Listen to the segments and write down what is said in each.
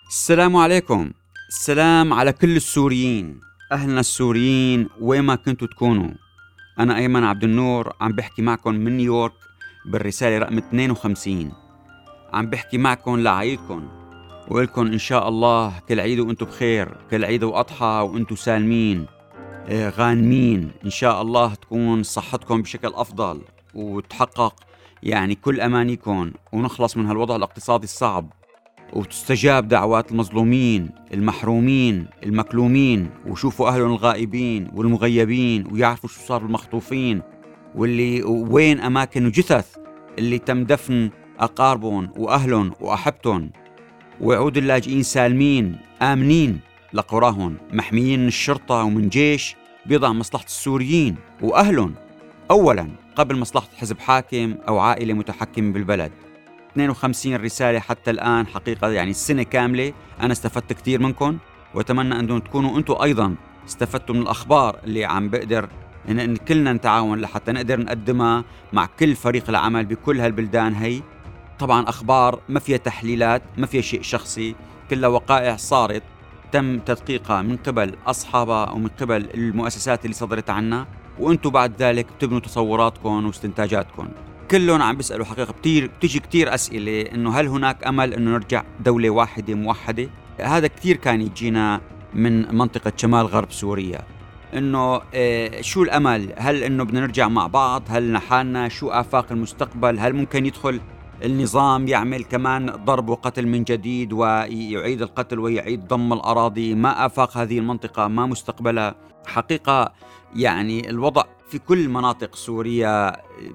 السلام عليكم. السلام على كل السوريين. أهلنا السوريين وين ما كنتوا تكونوا. أنا أيمن عبد النور عم بحكي معكم من نيويورك بالرسالة رقم 52. عم بحكي معكم لعيدكم وإلكم إن شاء الله كل عيد وأنتوا بخير، كل عيد وأضحى وأنتوا سالمين غانمين. إن شاء الله تكون صحتكم بشكل أفضل وتحقق كل أمانيكم ونخلص من هالوضع الاقتصادي الصعب، وتستجاب دعوات المظلومين المحرومين المكلومين، وشوفوا أهلهم الغائبين والمغيبين، ويعرفوا شو صار بالمخطوفين واللي وين أماكن جثث اللي تم دفن أقاربهم وأهلهم وأحبتهم، ويعود اللاجئين سالمين آمنين لقراهم محميين من الشرطة ومن جيش بيضع مصلحة السوريين وأهلهم أولاً قبل مصلحة حزب حاكم أو عائلة متحكمة بالبلد. 52 رسالة حتى الآن، حقيقة السنة كاملة أنا استفدت كتير منكم، وأتمنى أن تكونوا أنتم أيضاً استفدتوا من الأخبار اللي عم بقدر إن كلنا نتعاون لحتى نقدر نقدمها مع كل فريق العمل بكل هالبلدان هي. طبعاً أخبار ما فيها تحليلات، ما فيها شيء شخصي، كلها وقائع صارت تم تدقيقها من قبل أصحابها ومن قبل المؤسسات اللي صدرت عنا، وأنتم بعد ذلك بتبنوا تصوراتكم واستنتاجاتكم. كلهم عم بيسألوا حقيقة بتيجي كتير أسئلة إنه هل هناك أمل إنه نرجع دولة واحدة موحدة؟ هذا كتير كان يجينا من منطقة شمال غرب سوريا، إنه شو الأمل؟ هل إنه بدنا نرجع مع بعض؟ هل نحالنا؟ شو آفاق المستقبل؟ هل ممكن يدخل النظام يعمل كمان ضرب وقتل من جديد ويعيد القتل ويعيد ضم الأراضي؟ ما آفاق هذه المنطقة؟ ما مستقبلها؟ حقيقة الوضع في كل مناطق سوريا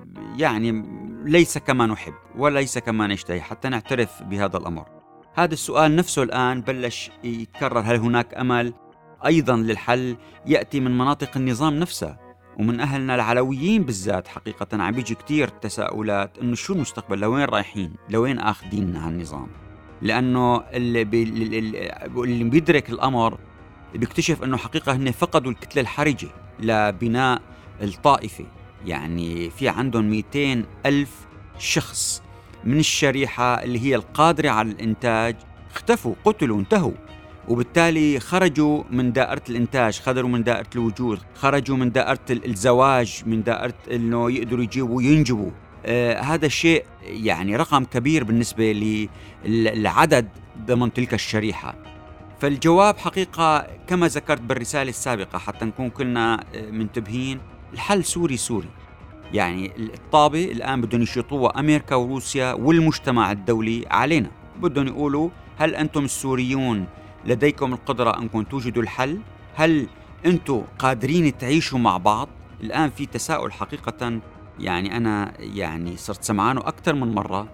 ليس كما نحب وليس كما نشتهي حتى نعترف بهذا الأمر. هذا السؤال نفسه الآن بلش يتكرر، هل هناك أمل أيضا للحل؟ يأتي من مناطق النظام نفسها ومن أهلنا العلويين بالذات. حقيقة عم بيجي كتير تساؤلات إنه شو المستقبل، لوين رايحين، لوين آخذين هالنظام؟ لأنه اللي بيدرك الأمر بيكتشف أنه حقيقة هن فقدوا الكتلة الحرجة لبناء الطائفة. في عندهم 200 ألف شخص من الشريحة اللي هي القادرة على الإنتاج اختفوا، قتلوا، انتهوا، وبالتالي خرجوا من دائرة الإنتاج، خرجوا من دائرة الوجود، خرجوا من دائرة الزواج، من دائرة أنه يقدروا يجيبوا وينجبوا. هذا الشيء رقم كبير بالنسبة للعدد ضمن تلك الشريحة. فالجواب حقيقة كما ذكرت بالرسالة السابقة حتى نكون كلنا منتبهين، الحل سوري. الطابة الآن بدهم يشيطوها أمريكا وروسيا والمجتمع الدولي علينا، بدهم يقولوا هل أنتم السوريون لديكم القدرة أنكم توجدوا الحل؟ هل أنتم قادرين تعيشوا مع بعض؟ الآن في تساؤل حقيقة، أنا صرت سمعانه أكثر من مرة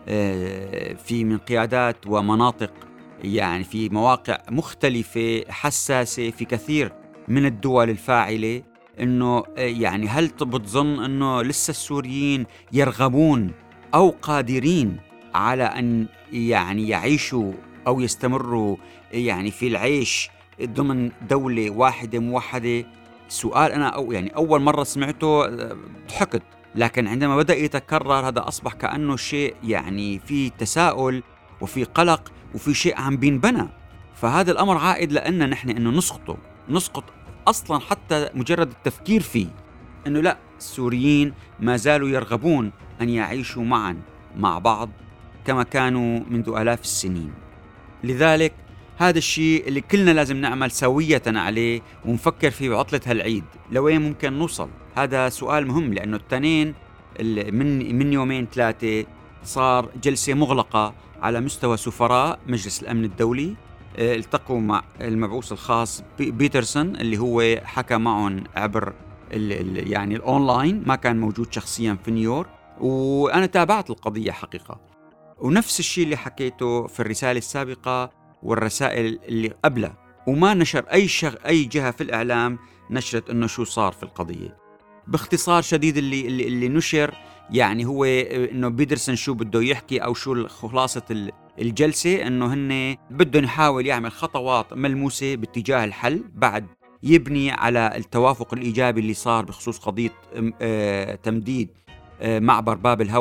في من قيادات ومناطق في مواقع مختلفة حساسة في كثير من الدول الفاعلة، إنه هل بتظن إنه لسه السوريين يرغبون أو قادرين على أن يعيشوا أو يستمروا في العيش ضمن دولة واحدة موحدة؟ سؤال أنا أول مرة سمعته ضحكت، لكن عندما بدأ يتكرر هذا أصبح كأنه شيء في تساؤل وفي قلق وفي شيء عم بينبنى. فهذا الأمر عائد لأننا نحن إنه نسقط أصلاً حتى مجرد التفكير فيه، إنه لا، السوريين ما زالوا يرغبون أن يعيشوا معاً مع بعض كما كانوا منذ آلاف السنين. لذلك هذا الشيء اللي كلنا لازم نعمل سوية عليه ونفكر فيه بعطلة هالعيد، لوين ممكن نوصل؟ هذا سؤال مهم، لأنه التنين من يومين 3 صار جلسة مغلقة على مستوى سفراء مجلس الأمن الدولي، التقوا مع المبعوث الخاص بيترسون اللي هو حكى معهم عبر الأونلاين، ما كان موجود شخصيا في نيويورك، وأنا تابعت القضية حقيقة. ونفس الشيء اللي حكيته في الرسالة السابقة والرسائل اللي قبلها، وما نشر أي جهة في الإعلام نشرت إنه شو صار في القضية. باختصار شديد اللي نشر هو إنه بيدرسن شو بده يحكي أو شو خلاصة الجلسة، إنه هن بدهم يحاول يعمل خطوات ملموسة باتجاه الحل بعد يبني على التوافق الإيجابي اللي صار بخصوص قضية تمديد معبر باب الهوى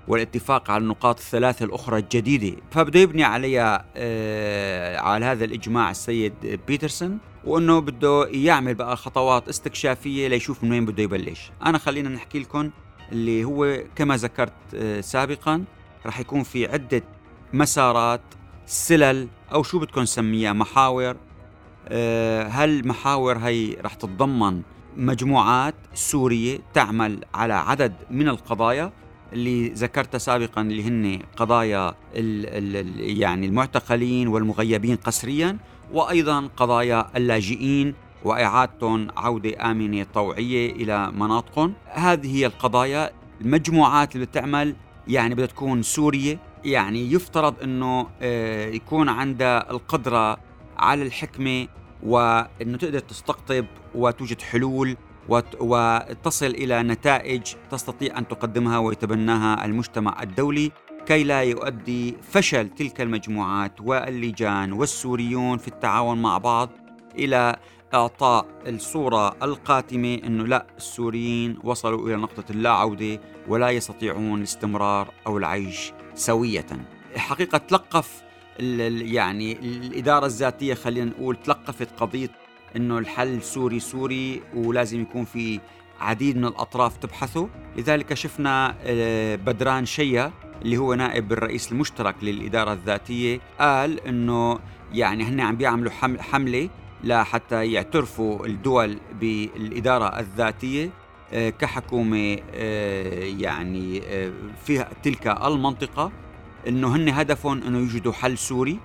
والاتفاق على النقاط الثلاثة الأخرى الجديدة، فبده يبني عليها على هذا الإجماع السيد بيترسون، وأنه بده يعمل بقى خطوات استكشافية ليشوف من وين بده يبلش. أنا خلينا نحكي لكم اللي هو كما ذكرت سابقا، رح يكون في عدة مسارات، سلل أو شو بدكم نسميها، محاور. هالمحاور هي رح تتضمن مجموعات سورية تعمل على عدد من القضايا اللي ذكرتها سابقا، اللي هن قضايا يعني المعتقلين والمغيبين قسريا، وأيضا قضايا اللاجئين وإعادتهم عودة آمنة طوعية إلى مناطقهم. هذه هي القضايا. المجموعات اللي بتعمل يعني بدها تكون سورية، يعني يفترض أنه يكون عندها القدرة على الحكمة، وأنه تقدر تستقطب وتوجد حلول وتصل إلى نتائج تستطيع أن تقدمها ويتبناها المجتمع الدولي، كي لا يؤدي فشل تلك المجموعات واللجان والسوريون في التعاون مع بعض إلى إعطاء الصورة القاتمة أنه لا، السوريين وصلوا إلى نقطة اللا عودة ولا يستطيعون الاستمرار أو العيش سوية. حقيقة تلقف يعني الإدارة الذاتية، خلينا نقول، تلقفت قضية أنه الحل سوري ولازم يكون في عديد من الأطراف تبحثه. لذلك شفنا بدران شيا اللي هو نائب الرئيس المشترك للإدارة الذاتية قال أنه يعني هن عم بيعملوا حملة لحتى يعترفوا الدول بالإدارة الذاتية كحكومة يعني فيها تلك المنطقة، أنه هن هدفهم أنه يوجدوا حل سوري،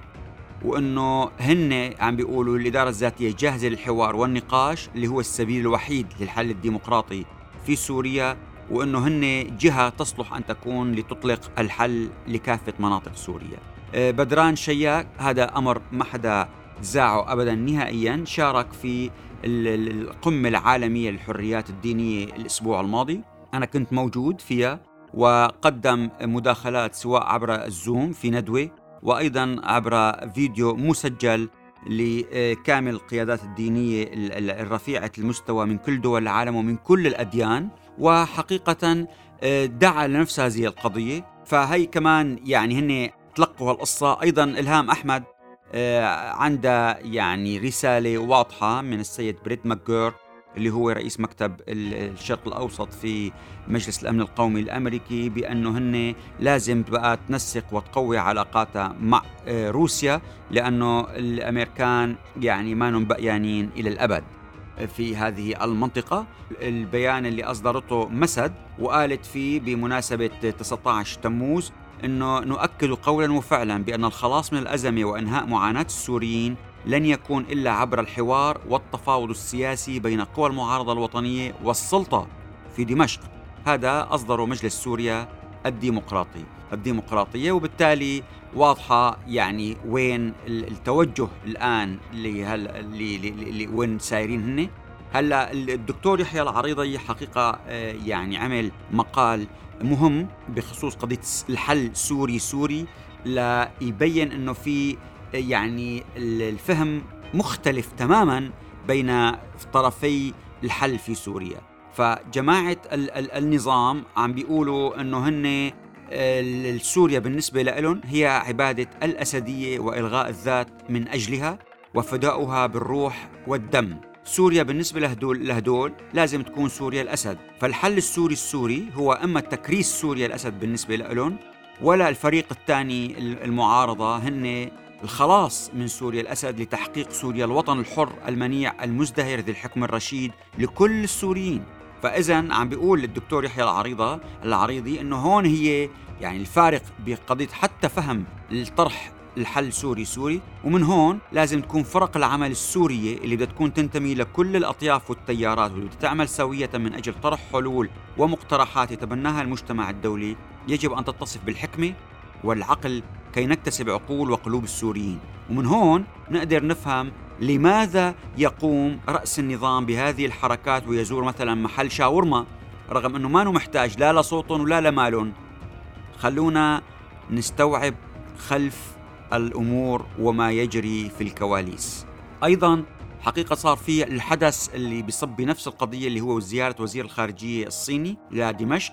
وأنه هن عم بيقولوا الإدارة الذاتية جاهزة للحوار والنقاش اللي هو السبيل الوحيد للحل الديمقراطي في سوريا، وأنه هن جهة تصلح أن تكون لتطلق الحل لكافة مناطق سوريا. بدران شياك هذا أمر ما حدا زاعه أبدا نهائيا، شارك في القمة العالمية للحريات الدينية الأسبوع الماضي، أنا كنت موجود فيها، وقدم مداخلات سواء عبر الزوم في ندوة وأيضا عبر فيديو مسجل لكامل القيادات الدينية الرفيعة المستوى من كل دول العالم ومن كل الأديان، وحقيقة دعا لنفس هذه القضية. فهي كمان يعني هن تلقوا القصة. أيضا إلهام أحمد عنده يعني رسالة واضحة من السيد بريت ماكجور اللي هو رئيس مكتب الشرق الأوسط في مجلس الأمن القومي الأمريكي، بأنه هن لازم بقى تنسق وتقوي علاقاتها مع روسيا، لأنه الأمريكان يعني ما نم بقيانين إلى الأبد في هذه المنطقة. البيان اللي أصدرته مسد وقالت فيه بمناسبة 19 تموز أنه نؤكد قولا وفعلا بأن الخلاص من الأزمة وإنهاء معاناة السوريين لن يكون إلا عبر الحوار والتفاوض السياسي بين قوى المعارضة الوطنية والسلطة في دمشق. هذا أصدره مجلس سوريا الديمقراطية، وبالتالي واضحة يعني وين التوجه الآن اللي وين سايرين هن. هلا الدكتور يحيى العريضي حقيقة يعني عمل مقال مهم بخصوص قضية الحل سوري ليبين أنه في يعني الفهم مختلف تماما بين طرفي الحل في سوريا. فجماعة النظام عم بيقولوا أنه هن سوريا بالنسبة لهم هي عبادة الأسدية وإلغاء الذات من أجلها وفداؤها بالروح والدم. سوريا بالنسبة لهدول لازم تكون سوريا الأسد. فالحل السوري هو أما تكريس سوريا الأسد بالنسبة لهم، ولا الفريق الثاني المعارضة هن الخلاص من سوريا الأسد لتحقيق سوريا الوطن الحر المنيع المزدهر ذي الحكم الرشيد لكل السوريين. فإذن عم بيقول الدكتور يحيى العريضي إنه هون هي يعني الفارق بقضية حتى فهم الطرح الحل سوري، ومن هون لازم تكون فرق العمل السورية اللي بدها تكون تنتمي لكل الأطياف والتيارات واللي بدها تعمل سوية من أجل طرح حلول ومقترحات يتبناها المجتمع الدولي، يجب أن تتصف بالحكمة والعقل كي نكتسب عقول وقلوب السوريين. ومن هون نقدر نفهم لماذا يقوم رأس النظام بهذه الحركات ويزور مثلا محل شاورما رغم أنه ما محتاج لا لصوتهم ولا لمالهم. خلونا نستوعب خلف الأمور وما يجري في الكواليس. أيضا حقيقة صار في الحدث اللي بيصب بنفس القضية اللي هو زيارة وزير الخارجية الصيني لدمشق،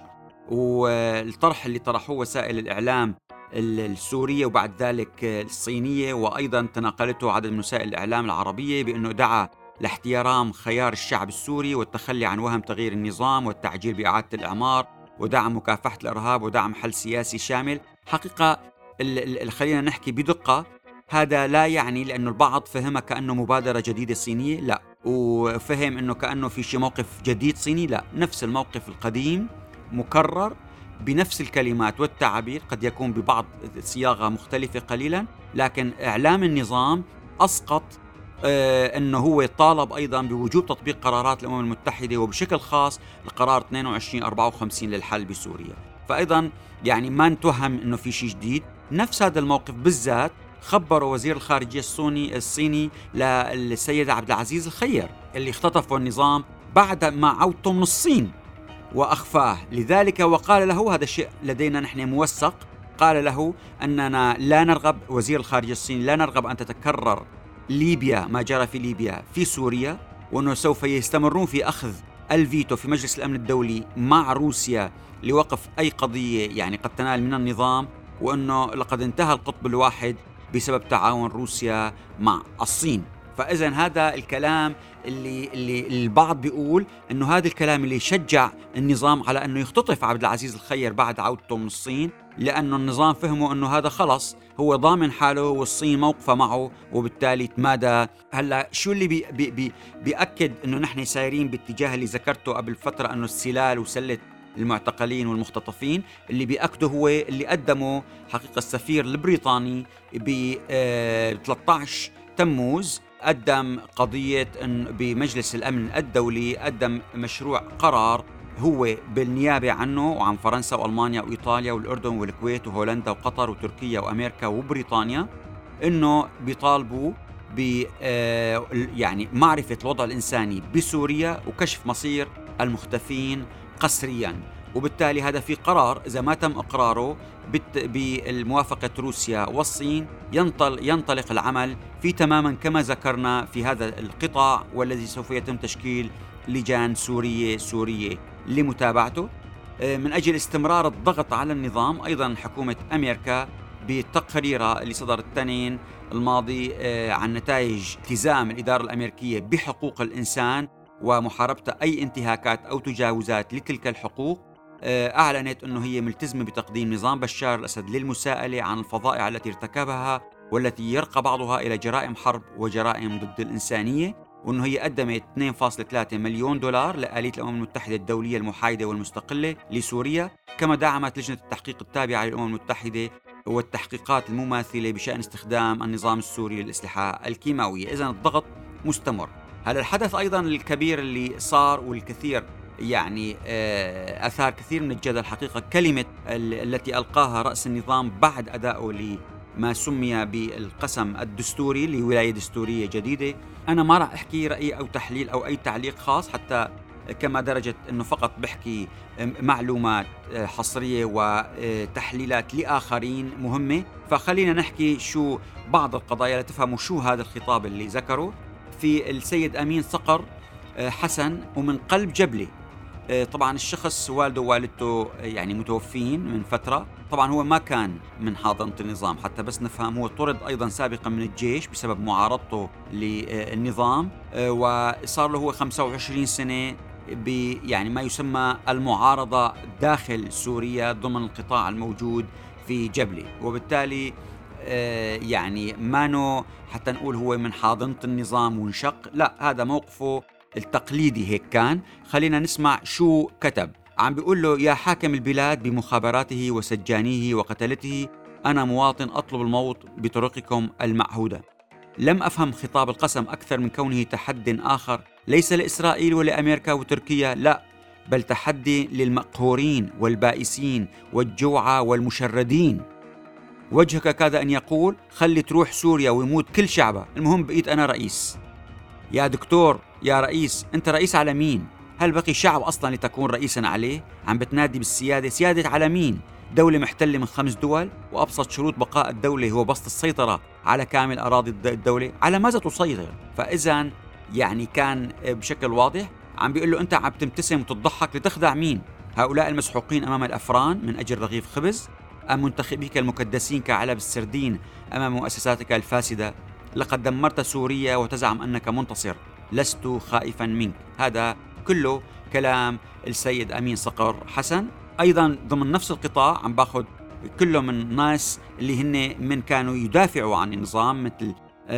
والطرح اللي طرحوه وسائل الإعلام السورية وبعد ذلك الصينية، وأيضا تناقلته عدد من وسائل الإعلام العربية بأنه دعا لاحترام خيار الشعب السوري والتخلي عن وهم تغيير النظام والتعجيل بإعادة الإعمار ودعم مكافحة الإرهاب ودعم حل سياسي شامل. حقيقة خلينا نحكي بدقة، هذا لا يعني لأنه البعض فهمها كأنه مبادرة جديدة صينية، لا، وفهم أنه كأنه في شيء موقف جديد صيني، لا، نفس الموقف القديم مكرر بنفس الكلمات والتعابير، قد يكون ببعض صياغة مختلفة قليلا، لكن إعلام النظام أسقط أنه هو طالب أيضا بوجوب تطبيق قرارات الأمم المتحدة وبشكل خاص القرار 2254 للحل بسوريا. فأيضا يعني ما نتوهم أنه في شيء جديد. نفس هذا الموقف بالذات خبروا وزير الخارجية الصيني للسيد عبد العزيز الخير اللي اختطفه النظام بعد ما عودته من الصين وأخفاه، لذلك وقال له هذا الشيء لدينا نحن موثق، قال له أننا لا نرغب، وزير الخارجية الصيني، لا نرغب أن تتكرر ليبيا ما جرى في ليبيا في سوريا، وأنه سوف يستمرون في أخذ الفيتو في مجلس الأمن الدولي مع روسيا لوقف أي قضية يعني قد تنال من النظام، وأنه لقد انتهى القطب الواحد بسبب تعاون روسيا مع الصين. فإذن هذا الكلام اللي البعض بيقول أنه هذا الكلام اللي شجع النظام على أنه يختطف عبد العزيز الخير بعد عودته من الصين، لأنه النظام فهموا أنه هذا خلص هو ضامن حاله والصين موقفة معه وبالتالي تمادى. هلأ شو اللي بيأكد أنه نحن سايرين باتجاه اللي ذكرته قبل فترة، أنه السلال وسلة المعتقلين والمختطفين، اللي بيأكده هو اللي قدمه حقيقة السفير البريطاني ب 13 تموز، قدم قضية بمجلس الأمن الدولي، قدم مشروع قرار هو بالنيابة عنه وعن فرنسا وألمانيا وإيطاليا والأردن والكويت وهولندا وقطر وتركيا وأمريكا وبريطانيا، إنه بيطالبوا يعني معرفة الوضع الإنساني بسوريا وكشف مصير المختفين قسريا. وبالتالي هذا في قرار إذا ما تم إقراره بالموافقة روسيا والصين ينطلق العمل في تماما كما ذكرنا في هذا القطاع، والذي سوف يتم تشكيل لجان سورية لمتابعته من أجل استمرار الضغط على النظام. أيضا حكومة أمريكا بتقريرها اللي صدر الاثنين الماضي عن نتائج التزام الإدارة الأمريكية بحقوق الإنسان ومحاربة أي انتهاكات أو تجاوزات لتلك الحقوق، أعلنت أنه هي ملتزمة بتقديم نظام بشار الأسد للمساءلة عن الفظائع التي ارتكبها والتي يرقى بعضها إلى جرائم حرب وجرائم ضد الإنسانية، وأنه هي قدمت 2.3 مليون دولار لآلية الأمم المتحدة الدولية المحايدة والمستقلة لسوريا، كما دعمت لجنة التحقيق التابعة للأمم المتحدة والتحقيقات المماثلة بشأن استخدام النظام السوري للأسلحة الكيماوية. إذن الضغط مستمر. هذا الحدث أيضا الكبير اللي صار والكثير يعني أثار كثير من الجدل حقيقة، كلمة التي ألقاها رأس النظام بعد أدائه لما سمي بالقسم الدستوري لولاية دستورية جديدة. أنا ما راح أحكي رأي أو تحليل أو أي تعليق خاص، حتى كما درجة أنه فقط بحكي معلومات حصرية وتحليلات لآخرين مهمة. فخلينا نحكي شو بعض القضايا لتفهموا شو هذا الخطاب اللي ذكره في السيد أمين صقر حسن ومن قلب جبلة. طبعا الشخص والده ووالدته يعني متوفين من فترة، طبعا هو ما كان من حاضنة النظام حتى بس نفهم، هو طرد أيضا سابقا من الجيش بسبب معارضته للنظام، وصار له هو 25 سنة يعني ما يسمى المعارضة داخل سوريا ضمن القطاع الموجود في جبلة، وبالتالي يعني مانو حتى نقول هو من حاضنة النظام وانشق، لا، هذا موقفه التقليدي هيك كان. خلينا نسمع شو كتب. عم بيقول له: يا حاكم البلاد بمخابراته وسجانيه وقتلته، أنا مواطن أطلب الموت بطرقكم المعهودة. لم أفهم خطاب القسم أكثر من كونه تحد آخر ليس لإسرائيل ولأمريكا وتركيا، لا، بل تحدي للمقهورين والبائسين والجوعى والمشردين. وجهك كاد أن يقول: خلي تروح سوريا ويموت كل شعبها، المهم بقيت أنا رئيس. يا دكتور، يا رئيس، أنت رئيس على مين؟ هل بقي شعب أصلا لتكون رئيسا عليه؟ عم بتنادي بالسيادة، سيادة على مين؟ دولة محتلة من 5 دول، وأبسط شروط بقاء الدولة هو بسط السيطرة على كامل أراضي الدولة. على ماذا تسيطر؟ فإذا يعني كان بشكل واضح عم بيقول له: أنت عم تبتسم وتضحك لتخدع مين؟ هؤلاء المسحوقين أمام الأفران من أجل رغيف خبز، أم منتخبيك المكدسين كعلب السردين أمام مؤسساتك الفاسدة؟ لقد دمرت سوريا وتزعم أنك منتصر، لست خائفا منك. هذا كله كلام السيد أمين صقر حسن. أيضا ضمن نفس القطاع عم باخذ كله من ناس اللي هن من كانوا يدافعوا عن النظام، مثل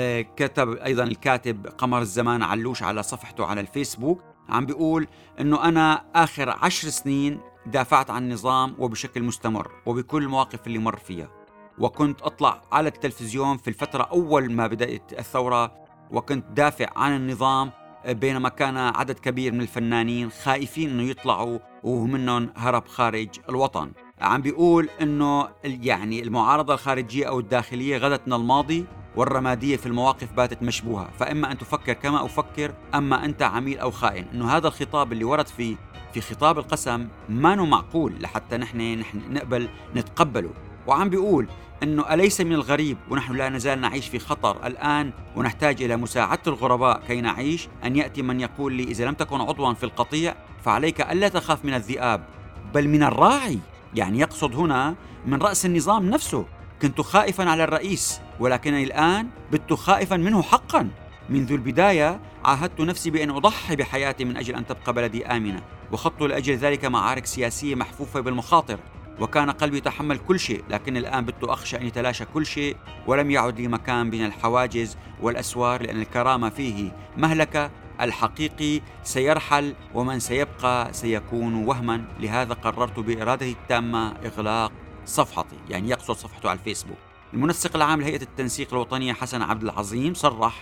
كتب أيضا الكاتب قمر الزمان علوش على صفحته على الفيسبوك، عم بيقول أنه أنا آخر 10 سنين دافعت عن النظام وبشكل مستمر وبكل المواقف اللي مر فيها، وكنت أطلع على التلفزيون في الفترة أول ما بدأت الثورة وكنت دافع عن النظام، بينما كان عدد كبير من الفنانين خائفين أنه يطلعوا ومنهم هرب خارج الوطن. عم بيقول أنه يعني المعارضة الخارجية أو الداخلية غدت من الماضي، والرمادية في المواقف باتت مشبوهة، فإما أن تفكر كما أفكر، أما أنت عميل أو خائن. أنه هذا الخطاب اللي ورد في خطاب القسم ما نو معقول لحتى نحن نقبل نتقبله. وعم بيقول أنه أليس من الغريب ونحن لا نزال نعيش في خطر الآن ونحتاج إلى مساعدة الغرباء كي نعيش، أن يأتي من يقول لي إذا لم تكن عضوا في القطيع فعليك ألا تخاف من الذئاب بل من الراعي. يعني يقصد هنا من رأس النظام نفسه. كنت خائفا على الرئيس ولكنني الآن بت خائفا منه حقا. منذ البداية عاهدت نفسي بأن أضحي بحياتي من أجل أن تبقى بلدي آمنة، وخضت لأجل ذلك معارك سياسية محفوفة بالمخاطر، وكان قلبي يتحمل كل شيء، لكن الآن بت أخشى أن يتلاشى كل شيء ولم يعد لي مكان بين الحواجز والأسوار، لأن الكرامة فيه مهلكة، الحقيقي سيرحل ومن سيبقى سيكون وهما. لهذا قررت بإرادتي التامة إغلاق صفحتي. يعني يقصد صفحته على الفيسبوك. المنسق العام لهيئة التنسيق الوطنية حسن عبد العظيم صرح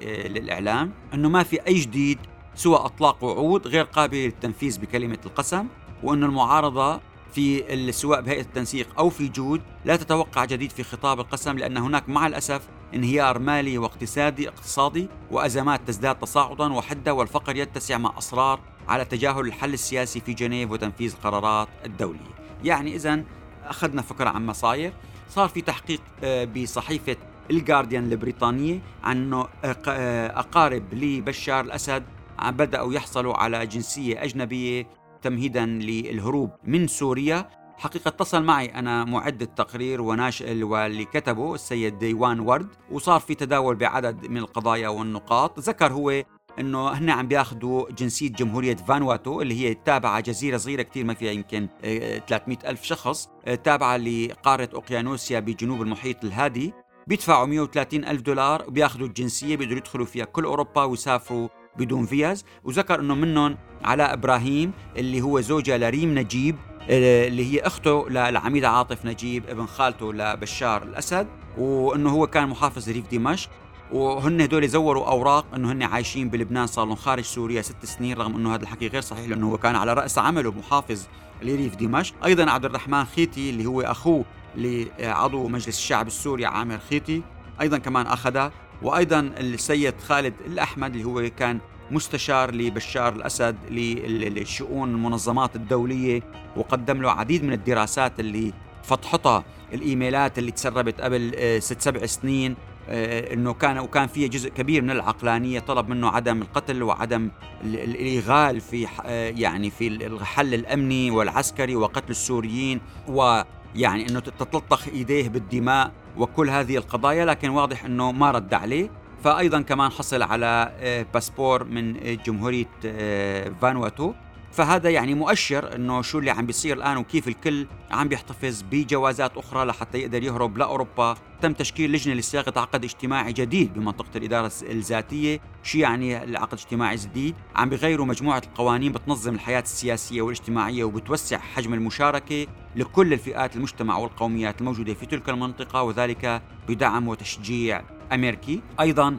للإعلام أنه ما في أي جديد سوى أطلاق وعود غير قابلة للتنفيذ بكلمة القسم، وأن المعارضة في سواء بهيئة التنسيق أو في جود لا تتوقع جديد في خطاب القسم، لأن هناك مع الأسف انهيار مالي واقتصادي وأزمات تزداد تصاعدا وحدة، والفقر يتسع مع أصرار على تجاهل الحل السياسي في جنيف وتنفيذ القرارات الدولية. يعني إذن أخذنا فكرة عما صار في تحقيق بصحيفة الجارديان البريطانية أنه أقارب لبشار الأسد بدأوا يحصلوا على جنسية أجنبية تمهيدا للهروب من سوريا. حقيقة اتصل معي أنا معد التقرير واللي كتبه السيد ديوان ورد، وصار في تداول بعدد من القضايا والنقاط. ذكر هو انه هن عم بياخذوا جنسية جمهورية فانواتو اللي هي تابعة جزيرة صغيرة كتير ما فيها يمكن 300 ألف شخص، تابعة لقارة أوقيانوسيا بجنوب المحيط الهادي. بيدفعوا 130 ألف دولار وبياخذوا الجنسية، بيقدروا يدخلوا فيها كل أوروبا ويسافروا بدون فيز. وذكر انه منهم علاء إبراهيم اللي هو زوجة لريم نجيب اللي هي أخته للعميد عاطف نجيب ابن خالته لبشار الأسد، وأنه هو كان محافظ ريف دمشق، وهن هدول زوروا أوراق أنه هن عايشين بلبنان صار لهم خارج سوريا 6 سنين، رغم أنه هذا الحكي غير صحيح لأنه هو كان على رأس عمله محافظ لريف دمشق. أيضا عبد الرحمن خيتي اللي هو أخوه لعضو مجلس الشعب السوري عامر خيتي أيضا كمان أخذها. وأيضا السيد خالد الأحمد اللي هو كان مستشار لبشار الأسد للشؤون المنظمات الدولية، وقدم له عديد من الدراسات اللي فتحتها الإيميلات اللي تسربت قبل 6-7 سنين، انه كان فيه جزء كبير من العقلانيه، طلب منه عدم القتل وعدم الإغال في يعني في الحل الامني والعسكري وقتل السوريين، ويعني انه تتلطخ ايديه بالدماء وكل هذه القضايا، لكن واضح انه ما رد عليه. فايضا كمان حصل على باسبور من جمهوريه فانواتو. فهذا يعني مؤشر انه شو اللي عم بيصير الان، وكيف الكل عم بيحتفظ بجوازات اخرى لحتى يقدر يهرب لاوروبا. تم تشكيل لجنه لصياغه عقد اجتماعي جديد بمنطقه الاداره الذاتيه. شو يعني العقد الاجتماعي الجديد؟ عم بيغيروا مجموعه القوانين بتنظم الحياه السياسيه والاجتماعيه وبتوسع حجم المشاركه لكل الفئات المجتمع والقوميات الموجوده في تلك المنطقه، وذلك بدعم وتشجيع امريكي. ايضا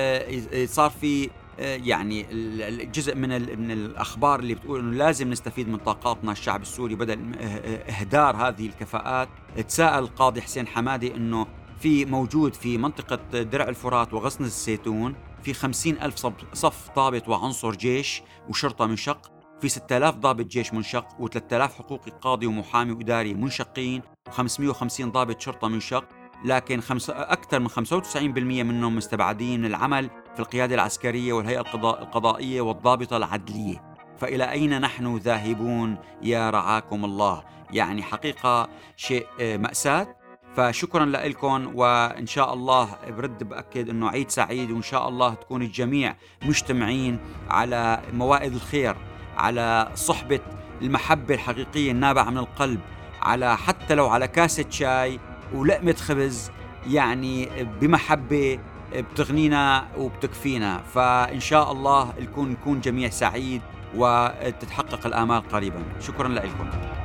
صار في يعني الجزء من الأخبار اللي بتقول أنه لازم نستفيد من طاقاتنا الشعب السوري بدل إهدار هذه الكفاءات. تساءل القاضي حسين حمادي أنه في موجود في منطقة درع الفرات وغصن الزيتون في 50,000 صف ضابط وعنصر جيش وشرطة منشق، في 6,000 ضابط جيش منشق، و3,000 حقوقي قاضي ومحامي وإداري منشقين، و550 ضابط شرطة منشق، لكن أكثر من 95% منهم مستبعدين من العمل في القيادة العسكرية والهيئة القضائية والضابطة العدلية. فإلى أين نحن ذاهبون يا رعاكم الله؟ يعني حقيقة شيء مأساة. فشكرا لكم، وإن شاء الله برد بأكد أنه عيد سعيد، وإن شاء الله تكون الجميع مجتمعين على موائد الخير، على صحبة المحبة الحقيقية النابعة من القلب، على حتى لو على كاسة شاي ولقمة خبز، يعني بمحبة بتغنينا وبتكفينا. فإن شاء الله نكون جميع سعيد وتتحقق الآمال قريبا. شكرا لكم.